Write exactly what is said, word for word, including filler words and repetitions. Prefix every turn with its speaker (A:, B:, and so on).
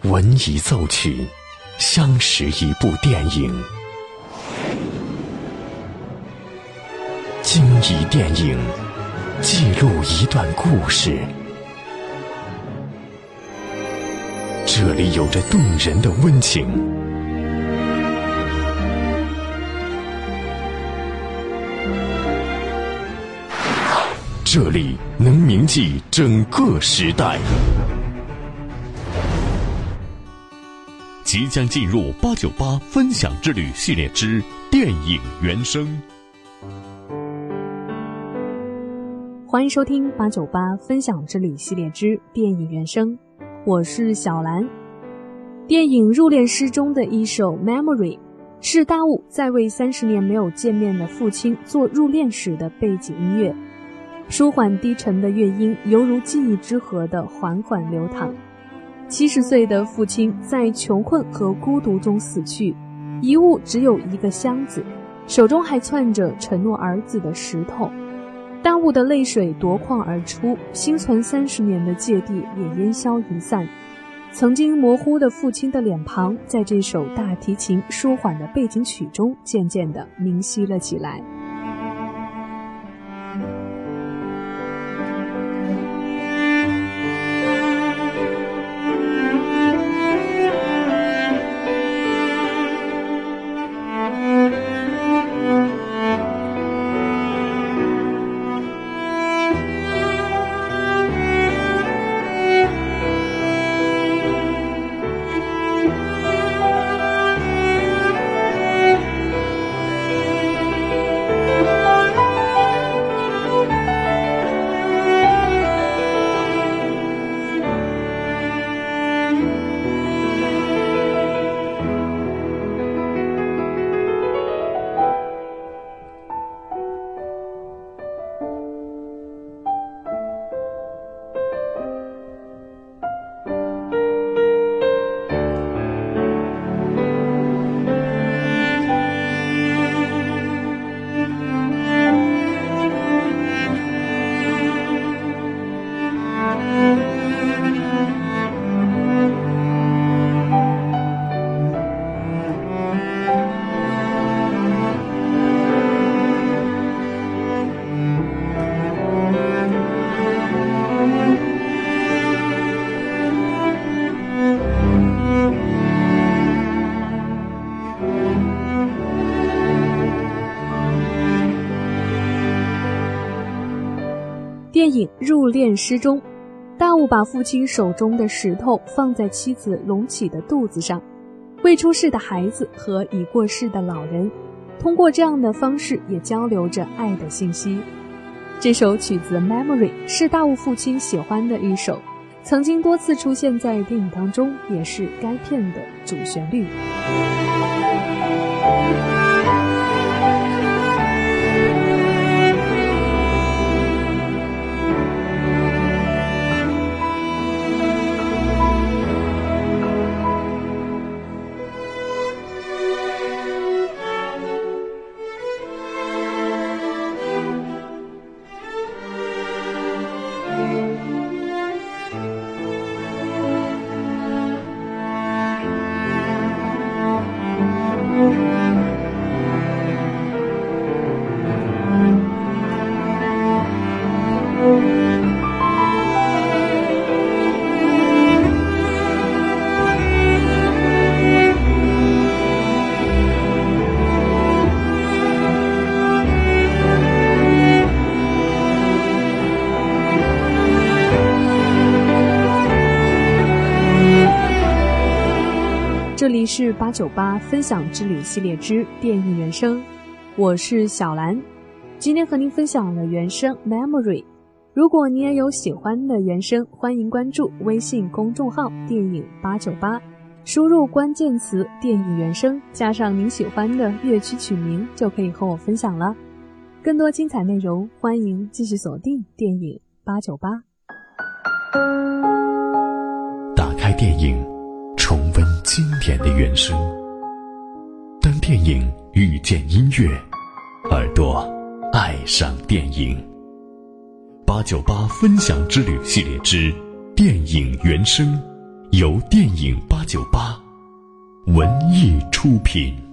A: 闻一奏曲，相识一部电影。经一电影，记录一段故事。这里有着动人的温情，这里能铭记整个时代。
B: 即将进入八九八分享之旅系列之电影原声。
C: 欢迎收听八九八分享之旅系列之电影原声，我是小兰。电影《入殓师》中的一首 Memory 是大雾在为三十年没有见面的父亲做入殓时的背景音乐，舒缓低沉的乐音犹如记忆之河的缓缓流淌。七十岁的父亲在穷困和孤独中死去，遗物只有一个箱子，手中还攥着承诺儿子的石头。大雾的泪水夺眶而出，心存三十年的芥蒂也烟消云散。曾经模糊的父亲的脸庞，在这首大提琴舒缓的背景曲中渐渐地明晰了起来。电影《入殓师》中，大雾把父亲手中的石头放在妻子隆起的肚子上，未出世的孩子和已过世的老人通过这样的方式也交流着爱的信息。这首曲子 Memory 是大雾父亲喜欢的一首，曾经多次出现在电影当中，也是该片的主旋律。这里是八九八分享之旅系列之电影原声，我是小兰。今天和您分享了原声 Memory。 如果你也有喜欢的原声，欢迎关注微信公众号电影八九八，输入关键词电影原声加上您喜欢的乐曲曲名，就可以和我分享了。更多精彩内容，欢迎继续锁定电影八九八。
A: 打开电影，重温经典的原声。当电影遇见音乐，耳朵爱上电影。八九八分享之旅系列之电影原声， 由电影八九八文艺出品。